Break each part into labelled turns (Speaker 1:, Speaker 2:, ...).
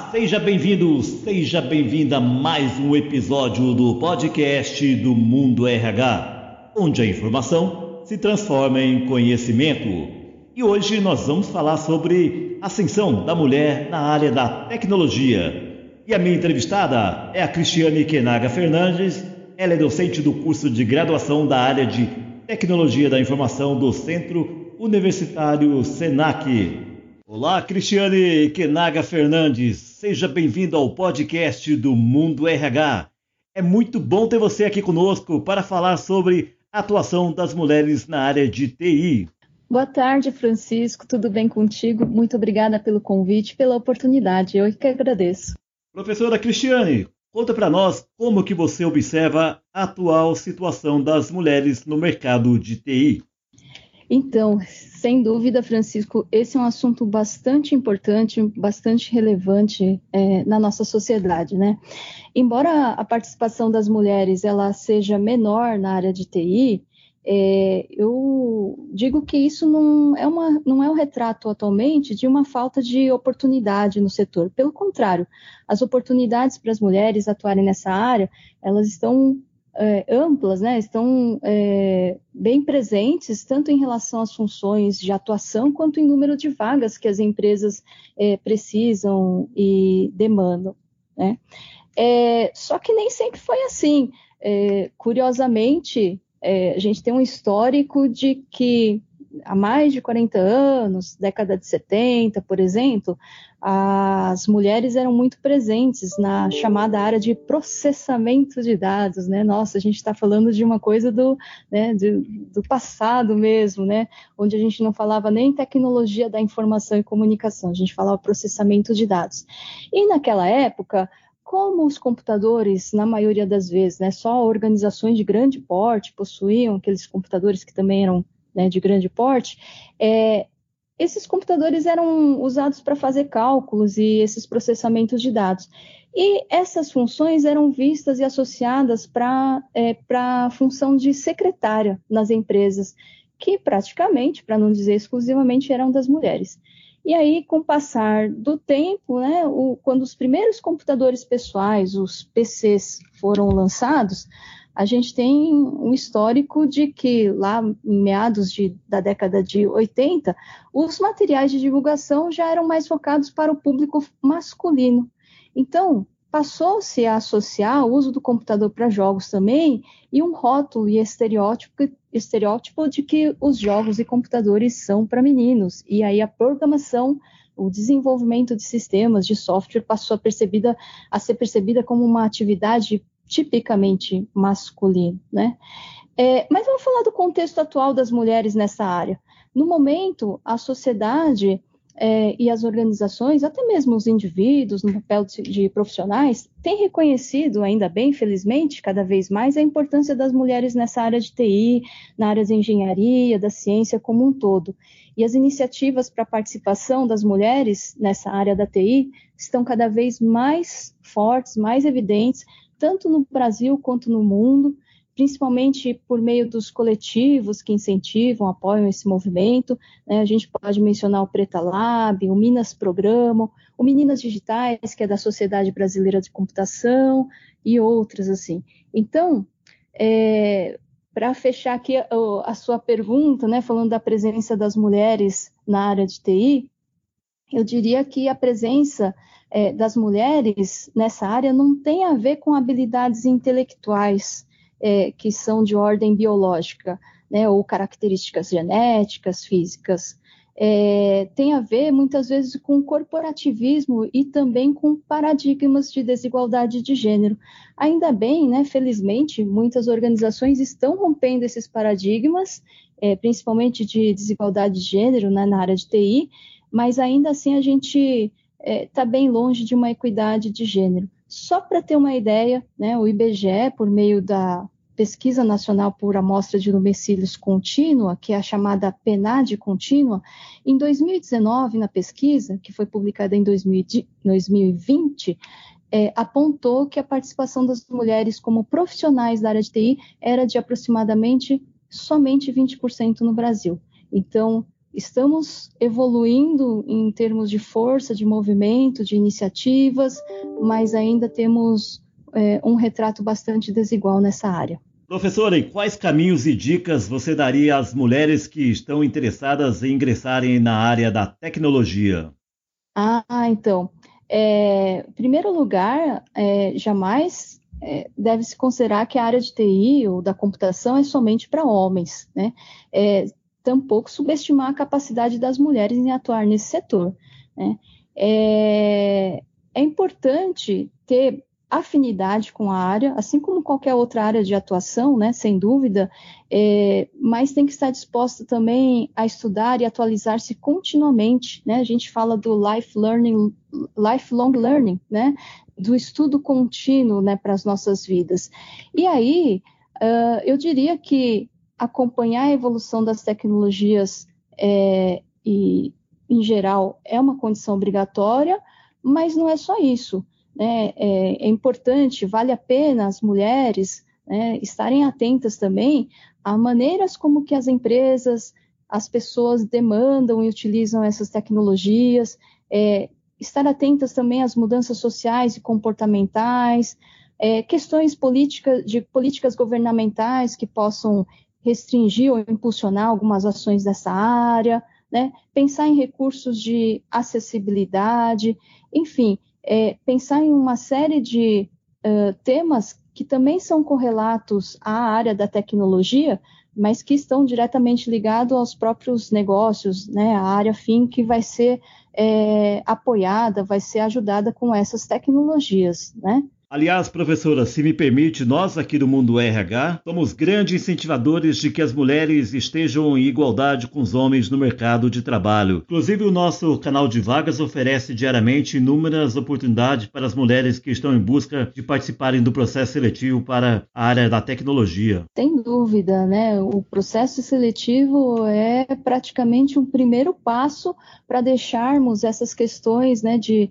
Speaker 1: Seja bem-vindo, seja bem-vinda a mais um episódio do podcast do Mundo RH, onde a informação se transforma em conhecimento. E hoje nós vamos falar sobre a ascensão da mulher na área da tecnologia. E a minha entrevistada é a Cristiane Kenaga Fernandes. Ela é docente do curso de graduação da área de Tecnologia da Informação do Centro Universitário Senac. Olá, Cristiane Kenaga Fernandes, seja bem-vindo ao podcast do Mundo RH. É muito bom ter você aqui conosco para falar sobre a atuação das mulheres na área de TI.
Speaker 2: Boa tarde, Francisco, tudo bem contigo? Muito obrigada pelo convite e pela oportunidade, eu que agradeço.
Speaker 1: Professora Cristiane, conta para nós como que você observa a atual situação das mulheres no mercado de TI.
Speaker 2: Então, sem dúvida, Francisco, esse é um assunto bastante importante, bastante relevante na nossa sociedade, né? Embora a participação das mulheres ela seja menor na área de TI, eu digo que isso não é um retrato atualmente de uma falta de oportunidade no setor. Pelo contrário, as oportunidades para as mulheres atuarem nessa área, elas estão amplas, né? Estão bem presentes, tanto em relação às funções de atuação, quanto em número de vagas que as empresas precisam e demandam, né? Só que nem sempre foi assim. Curiosamente, a gente tem um histórico de que há mais de 40 anos, década de 70, por exemplo, as mulheres eram muito presentes na chamada área de processamento de dados, né? Nossa, a gente está falando de uma coisa do passado mesmo, né? Onde a gente não falava nem tecnologia da informação e comunicação, a gente falava processamento de dados. E naquela época, como os computadores, na maioria das vezes, né, só organizações de grande porte possuíam aqueles computadores que também eram, né, de grande porte, esses computadores eram usados para fazer cálculos e esses processamentos de dados. E essas funções eram vistas e associadas para a função de secretária nas empresas, que praticamente, para não dizer exclusivamente, eram das mulheres. E aí, com o passar do tempo, né, quando os primeiros computadores pessoais, os PCs, foram lançados, a gente tem um histórico de que lá em meados da década de 80, os materiais de divulgação já eram mais focados para o público masculino. Então, passou-se a associar o uso do computador para jogos também e um rótulo e estereótipo de que os jogos e computadores são para meninos. E aí a programação, o desenvolvimento de sistemas, de software, passou a ser percebida como uma atividade tipicamente masculino, né? Mas vamos falar do contexto atual das mulheres nessa área. No momento, a sociedade e as organizações, até mesmo os indivíduos no papel de profissionais, têm reconhecido, ainda bem, felizmente, cada vez mais, a importância das mulheres nessa área de TI, na área de engenharia, da ciência como um todo. E as iniciativas para a participação das mulheres nessa área da TI estão cada vez mais fortes, mais evidentes, tanto no Brasil quanto no mundo, principalmente por meio dos coletivos que incentivam, apoiam esse movimento, né? A gente pode mencionar o Preta Lab, o Minas Programa, o Meninas Digitais, que é da Sociedade Brasileira de Computação, e outras assim. Então, para fechar aqui a sua pergunta, né, falando da presença das mulheres na área de TI, eu diria que a presença das mulheres nessa área não tem a ver com habilidades intelectuais que são de ordem biológica, né, ou características genéticas, físicas. Tem a ver, muitas vezes, com corporativismo e também com paradigmas de desigualdade de gênero. Ainda bem, né, felizmente, muitas organizações estão rompendo esses paradigmas, principalmente de desigualdade de gênero, né, na área de TI, mas ainda assim a gente está bem longe de uma equidade de gênero. Só para ter uma ideia, né, o IBGE, por meio da Pesquisa Nacional por Amostra de Domicílios Contínua, que é a chamada PNAD contínua, em 2019, na pesquisa, que foi publicada em 2020, apontou que a participação das mulheres como profissionais da área de TI era de aproximadamente somente 20% no Brasil. Então, estamos evoluindo em termos de força, de movimento, de iniciativas, mas ainda temos um retrato bastante desigual nessa área.
Speaker 1: Professora, e quais caminhos e dicas você daria às mulheres que estão interessadas em ingressarem na área da tecnologia?
Speaker 2: Então, em primeiro lugar, jamais deve-se considerar que a área de TI ou da computação é somente para homens, né? Tampouco subestimar a capacidade das mulheres em atuar nesse setor, né? É importante ter afinidade com a área, assim como qualquer outra área de atuação, né, sem dúvida, mas tem que estar disposta também a estudar e atualizar-se continuamente, né? A gente fala do lifelong learning, né? Do estudo contínuo, né, para as nossas vidas. E aí, eu diria que acompanhar a evolução das tecnologias e, em geral, é uma condição obrigatória, mas não é só isso, né? É importante, vale a pena as mulheres, né, estarem atentas também a maneiras como que as empresas, as pessoas demandam e utilizam essas tecnologias, estar atentas também às mudanças sociais e comportamentais, questões de políticas governamentais que possam restringir ou impulsionar algumas ações dessa área, né? Pensar em recursos de acessibilidade, enfim, pensar em uma série de temas que também são correlatos à área da tecnologia, mas que estão diretamente ligados aos próprios negócios, né? A área fim que vai ser apoiada, vai ser ajudada com essas tecnologias, né?
Speaker 1: Aliás, professora, se me permite, nós aqui do Mundo RH somos grandes incentivadores de que as mulheres estejam em igualdade com os homens no mercado de trabalho. Inclusive, o nosso canal de vagas oferece diariamente inúmeras oportunidades para as mulheres que estão em busca de participarem do processo seletivo para a área da tecnologia.
Speaker 2: Sem dúvida, né? O processo seletivo é praticamente um primeiro passo para deixarmos essas questões, né, de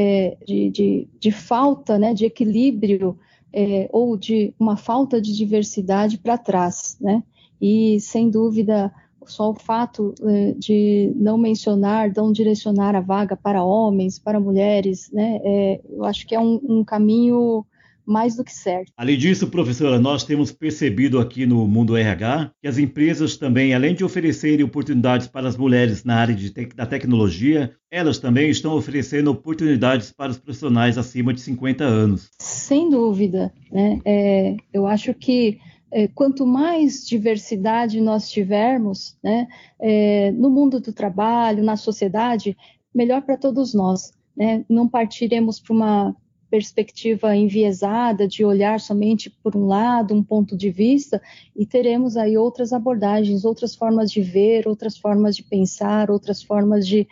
Speaker 2: falta, né, de equilíbrio ou de uma falta de diversidade para trás, né? E, sem dúvida, só o fato de não direcionar a vaga para homens, para mulheres, né? Eu acho que é um caminho mais do que certo.
Speaker 1: Além disso, professora, nós temos percebido aqui no Mundo RH que as empresas também, além de oferecerem oportunidades para as mulheres na área da tecnologia, elas também estão oferecendo oportunidades para os profissionais acima de 50 anos.
Speaker 2: Sem dúvida, né? Eu acho que quanto mais diversidade nós tivermos, né, no mundo do trabalho, na sociedade, melhor para todos nós, né? Não partiremos para uma perspectiva enviesada de olhar somente por um lado, um ponto de vista, e teremos aí outras abordagens, outras formas de ver, outras formas de pensar, outras formas de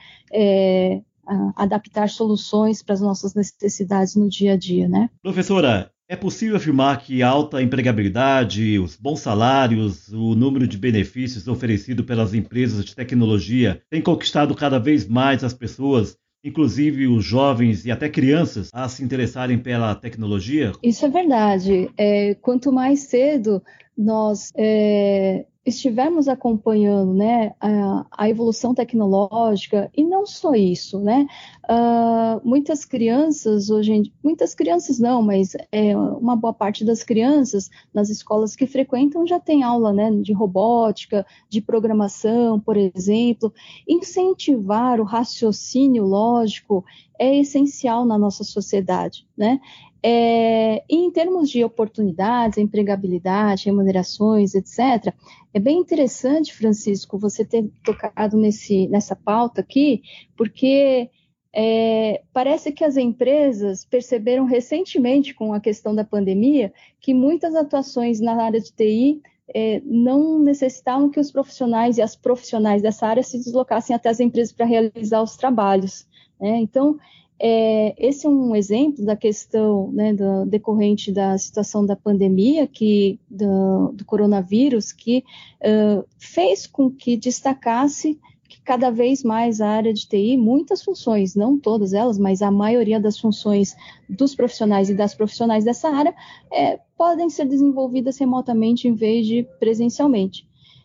Speaker 2: adaptar soluções para as nossas necessidades no dia a dia, né?
Speaker 1: Professora, é possível afirmar que a alta empregabilidade, os bons salários, o número de benefícios oferecido pelas empresas de tecnologia tem conquistado cada vez mais as pessoas, inclusive os jovens e até crianças, a se interessarem pela tecnologia?
Speaker 2: Isso é verdade. Quanto mais cedo nós estivermos acompanhando, né, a evolução tecnológica, e não só isso, né? Muitas crianças muitas crianças não, mas uma boa parte das crianças nas escolas que frequentam já tem aula, né, de robótica, de programação, por exemplo. Incentivar o raciocínio lógico é essencial na nossa sociedade, né? E em termos de oportunidades, empregabilidade, remunerações, etc., é bem interessante, Francisco, você ter tocado nessa pauta aqui, porque parece que as empresas perceberam recentemente, com a questão da pandemia, que muitas atuações na área de TI não necessitavam que os profissionais e as profissionais dessa área se deslocassem até as empresas para realizar os trabalhos, né? Então, esse é um exemplo da questão, né, decorrente da situação da pandemia, do coronavírus, que fez com que destacasse que cada vez mais a área de TI, muitas funções, não todas elas, mas a maioria das funções dos profissionais e das profissionais dessa área podem ser desenvolvidas remotamente em vez de presencialmente.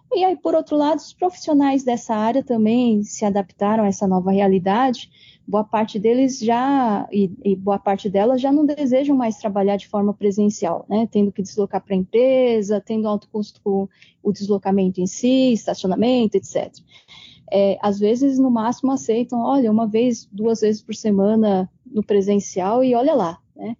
Speaker 2: E aí, por outro lado, os profissionais dessa área também se adaptaram a essa nova realidade. Boa parte deles e boa parte delas já não desejam mais trabalhar de forma presencial, né? Tendo que deslocar para a empresa, tendo alto custo com o deslocamento em si, estacionamento, etc. Às vezes, no máximo, aceitam, olha, 1 vez, 2 vezes por semana no presencial e olha lá, né?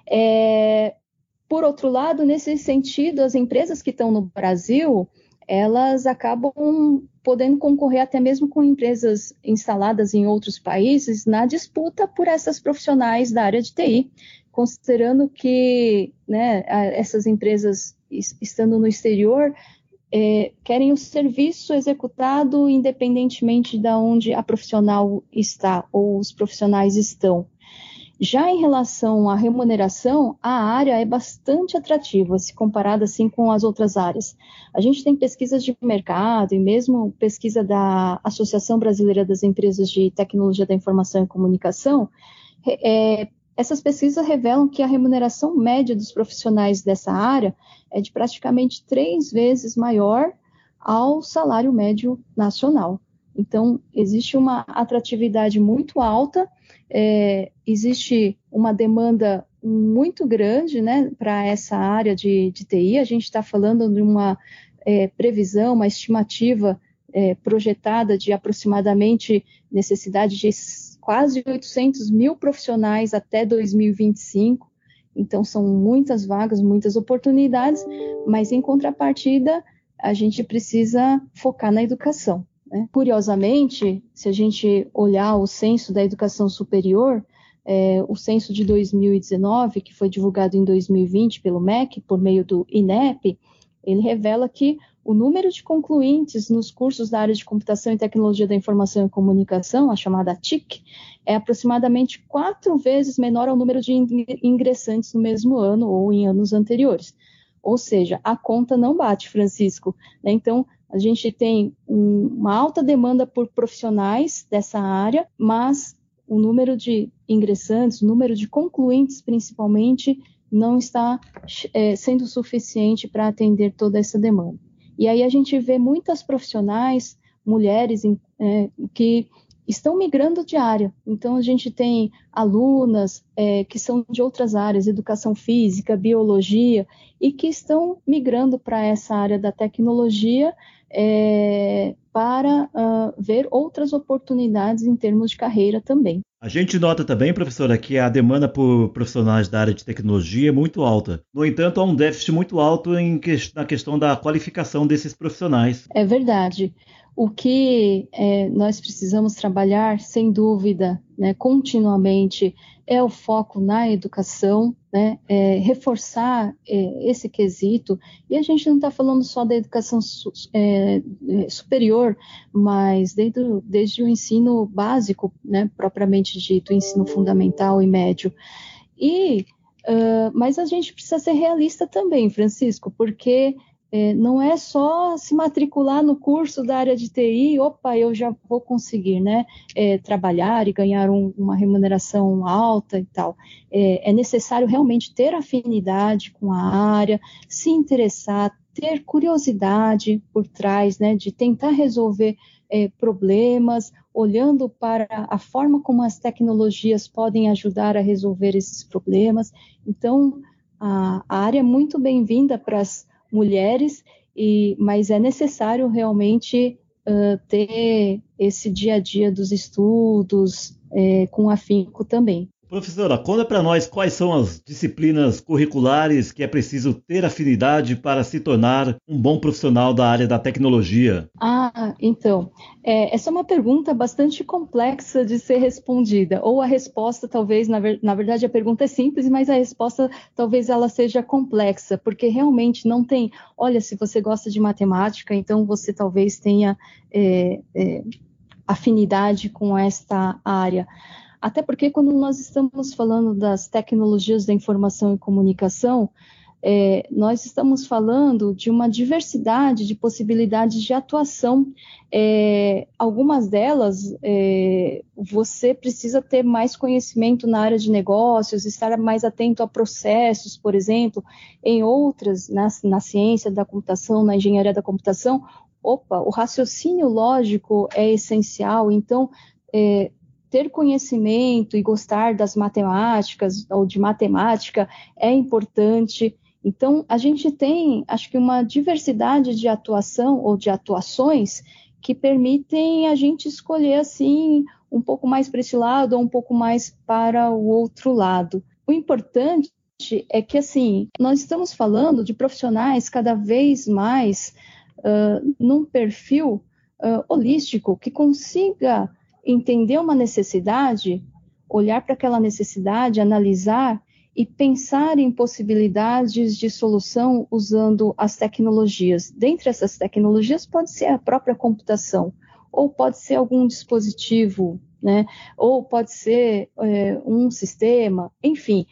Speaker 2: Por outro lado, nesse sentido, as empresas que estão no Brasil, elas acabam podendo concorrer até mesmo com empresas instaladas em outros países na disputa por essas profissionais da área de TI, considerando que, né, essas empresas, estando no exterior, querem o serviço executado independentemente de onde a profissional está ou os profissionais estão. Já em relação à remuneração, a área é bastante atrativa, se comparada assim com as outras áreas. A gente tem pesquisas de mercado e mesmo pesquisa da Associação Brasileira das Empresas de Tecnologia da Informação e Comunicação. Essas pesquisas revelam que a remuneração média dos profissionais dessa área é de praticamente 3 vezes maior ao salário médio nacional. Então, existe uma atratividade muito alta, existe uma demanda muito grande, né, para essa área de TI. A gente está falando de uma previsão, uma estimativa projetada de aproximadamente necessidade de quase 800 mil profissionais até 2025. Então, são muitas vagas, muitas oportunidades, mas, em contrapartida, a gente precisa focar na educação. Curiosamente, se a gente olhar o censo da educação superior, o censo de 2019, que foi divulgado em 2020 pelo MEC, por meio do INEP, ele revela que o número de concluintes nos cursos da área de computação e tecnologia da informação e comunicação, a chamada TIC, é aproximadamente 4 vezes menor ao número de ingressantes no mesmo ano ou em anos anteriores. Ou seja, a conta não bate, Francisco, né? Então, a gente tem uma alta demanda por profissionais dessa área, mas o número de ingressantes, o número de concluintes, principalmente, não está sendo suficiente para atender toda essa demanda. E aí a gente vê muitas profissionais, mulheres, que estão migrando de área. Então, a gente tem alunas que são de outras áreas, educação física, biologia, e que estão migrando para essa área da tecnologia para ver outras oportunidades em termos de carreira também.
Speaker 1: A gente nota também, professora, que a demanda por profissionais da área de tecnologia é muito alta. No entanto, há um déficit muito alto na questão da qualificação desses profissionais.
Speaker 2: É verdade. O que nós precisamos trabalhar, sem dúvida, né, continuamente, é o foco na educação, né, reforçar esse quesito. E a gente não está falando só da educação superior, mas desde o ensino básico, né, propriamente dito, ensino fundamental e médio. Mas a gente precisa ser realista também, Francisco, porque não é só se matricular no curso da área de TI, eu já vou conseguir, né, trabalhar e ganhar uma remuneração alta e tal. É necessário realmente ter afinidade com a área, se interessar, ter curiosidade por trás, né, de tentar resolver problemas, olhando para a forma como as tecnologias podem ajudar a resolver esses problemas. Então, a área é muito bem-vinda para as mulheres, mas é necessário realmente ter esse dia a dia dos estudos com afinco também.
Speaker 1: Professora, conta para nós quais são as disciplinas curriculares que é preciso ter afinidade para se tornar um bom profissional da área da tecnologia.
Speaker 2: Então, essa é uma pergunta bastante complexa de ser respondida, ou a resposta talvez, na verdade a pergunta é simples, mas a resposta talvez ela seja complexa, porque realmente não tem, olha, se você gosta de matemática, então você talvez tenha afinidade com esta área. Até porque quando nós estamos falando das tecnologias da informação e comunicação, nós estamos falando de uma diversidade de possibilidades de atuação. Algumas delas, você precisa ter mais conhecimento na área de negócios, estar mais atento a processos, por exemplo. Em outras, na ciência da computação, na engenharia da computação, opa, o raciocínio lógico é essencial, então ter conhecimento e gostar das matemáticas ou de matemática é importante. Então, a gente tem, acho que, uma diversidade de atuação ou de atuações que permitem a gente escolher, assim, um pouco mais para esse lado ou um pouco mais para o outro lado. O importante é que, assim, nós estamos falando de profissionais cada vez mais num perfil holístico que consiga entender uma necessidade, olhar para aquela necessidade, analisar e pensar em possibilidades de solução usando as tecnologias. Dentre essas tecnologias pode ser a própria computação, ou pode ser algum dispositivo, né? Ou pode ser um sistema, enfim.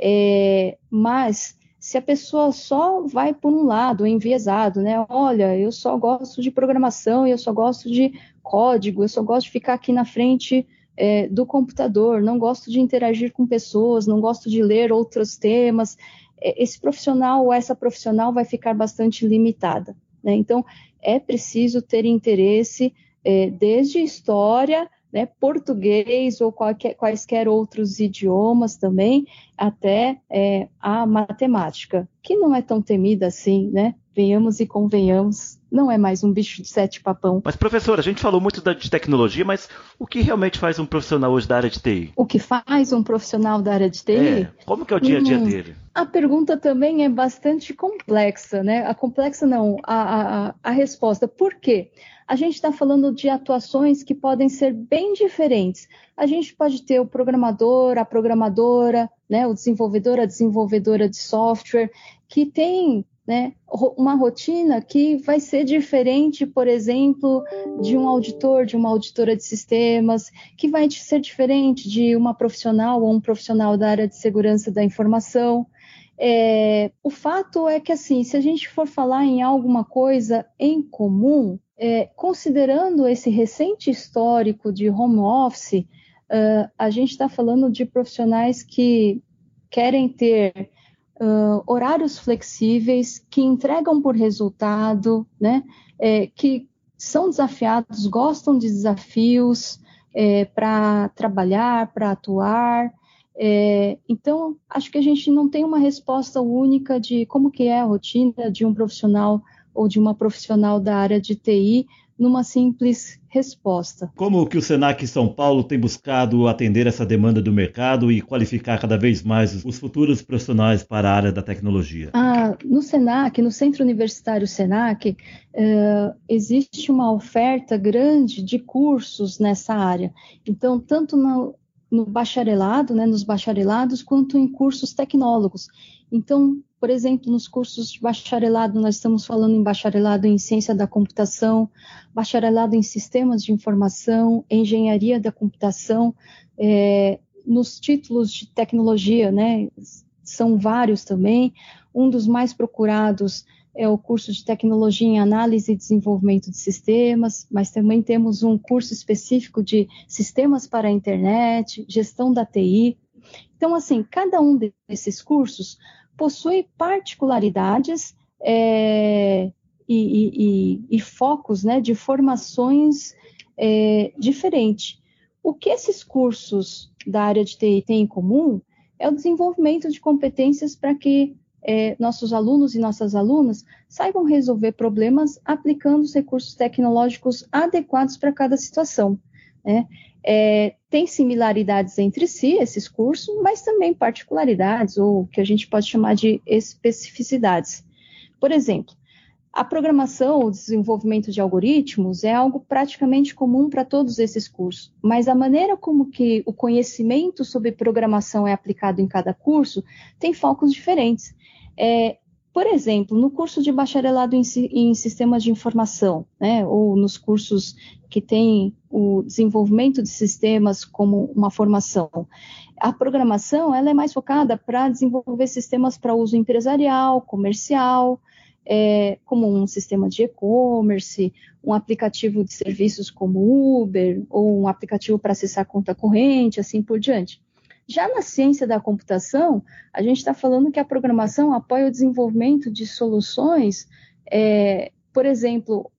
Speaker 2: Mas se a pessoa só vai por um lado, enviesado, né? Olha, eu só gosto de programação, eu só gosto de código, eu só gosto de ficar aqui na frente do computador, não gosto de interagir com pessoas, não gosto de ler outros temas. Esse profissional ou essa profissional vai ficar bastante limitada, né? Então, é preciso ter interesse desde história, né, português ou quaisquer outros idiomas também, até a matemática, que não é tão temida assim, né? Venhamos e convenhamos, não é mais um bicho de sete papão.
Speaker 1: Mas, professora, a gente falou muito de tecnologia, mas o que realmente faz um profissional hoje da área de TI?
Speaker 2: O que faz um profissional da área de TI?
Speaker 1: Como que é o dia a dia dele?
Speaker 2: A pergunta também é bastante complexa, né? A resposta. Por quê? A gente está falando de atuações que podem ser bem diferentes. A gente pode ter o programador, a programadora, né? O desenvolvedor, a desenvolvedora de software, que tem, né, uma rotina que vai ser diferente, por exemplo, de um auditor, de uma auditora de sistemas, que vai ser diferente de uma profissional ou um profissional da área de segurança da informação. O fato é que, assim, se a gente for falar em alguma coisa em comum, considerando esse recente histórico de home office, a gente está falando de profissionais que querem ter horários flexíveis, que entregam por resultado, né? Que são desafiados, gostam de desafios para trabalhar, para atuar. Então, acho que a gente não tem uma resposta única de como que é a rotina de um profissional ou de uma profissional da área de TI numa simples resposta.
Speaker 1: Como que o Senac São Paulo tem buscado atender essa demanda do mercado e qualificar cada vez mais os futuros profissionais para a área da tecnologia?
Speaker 2: No Senac, no Centro Universitário Senac, existe uma oferta grande de cursos nessa área. Então, tanto no bacharelado, né, nos bacharelados, quanto em cursos tecnólogos. Então, por exemplo, nos cursos de bacharelado, nós estamos falando em bacharelado em ciência da computação, bacharelado em sistemas de informação, engenharia da computação, nos títulos de tecnologia, né, são vários também. Um dos mais procurados é o curso de tecnologia em análise e desenvolvimento de sistemas, mas também temos um curso específico de sistemas para a internet, gestão da TI. Então, assim, cada um desses cursos possui particularidades e focos, né, de formações diferentes. O que esses cursos da área de TI têm em comum é o desenvolvimento de competências para que nossos alunos e nossas alunas saibam resolver problemas aplicando os recursos tecnológicos adequados para cada situação, né? Tem similaridades entre si, esses cursos, mas também particularidades, ou que a gente pode chamar de especificidades. Por exemplo, a programação ou desenvolvimento de algoritmos é algo praticamente comum para todos esses cursos, mas a maneira como que o conhecimento sobre programação é aplicado em cada curso tem focos diferentes. Por exemplo, no curso de bacharelado em sistemas de informação, né, ou nos cursos que tem o desenvolvimento de sistemas como uma formação, a programação ela é mais focada para desenvolver sistemas para uso empresarial, comercial, como um sistema de e-commerce, um aplicativo de serviços como Uber, ou um aplicativo para acessar conta corrente, assim por diante. Já na ciência da computação, a gente está falando que a programação apoia o desenvolvimento de soluções, por exemplo,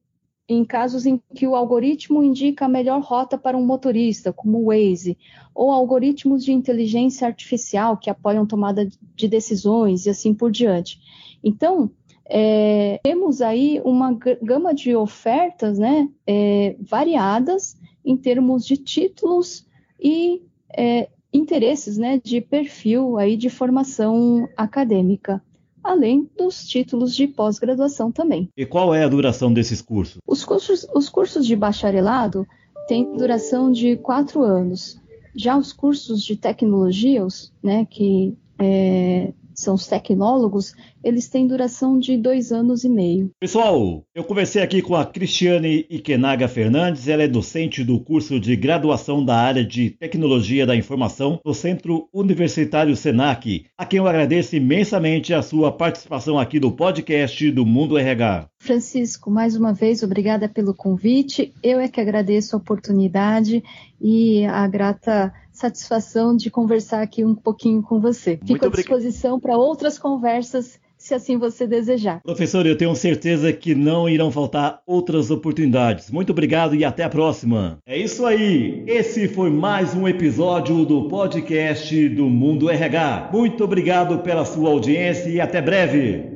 Speaker 2: em casos em que o algoritmo indica a melhor rota para um motorista, como o Waze, ou algoritmos de inteligência artificial que apoiam tomada de decisões e assim por diante. Então, temos aí uma gama de ofertas, né, variadas em termos de títulos e interesses, né, de perfil aí de formação acadêmica, além dos títulos de pós-graduação também.
Speaker 1: E qual é a duração desses cursos?
Speaker 2: Os cursos de bacharelado têm duração de 4 anos. Já os cursos de tecnologias, né, que são os tecnólogos, eles têm duração de 2 anos e meio.
Speaker 1: Pessoal, eu conversei aqui com a Cristiane Ikenaga Fernandes, ela é docente do curso de graduação da área de Tecnologia da Informação do Centro Universitário Senac, a quem eu agradeço imensamente a sua participação aqui do podcast do Mundo RH.
Speaker 2: Francisco, mais uma vez, obrigada pelo convite. Eu é que agradeço a oportunidade e a grata satisfação de conversar aqui um pouquinho com você. Fico à disposição para outras conversas, se assim você desejar.
Speaker 1: Professor, eu tenho certeza que não irão faltar outras oportunidades. Muito obrigado e até a próxima. É isso aí. Esse foi mais um episódio do podcast do Mundo RH. Muito obrigado pela sua audiência e até breve.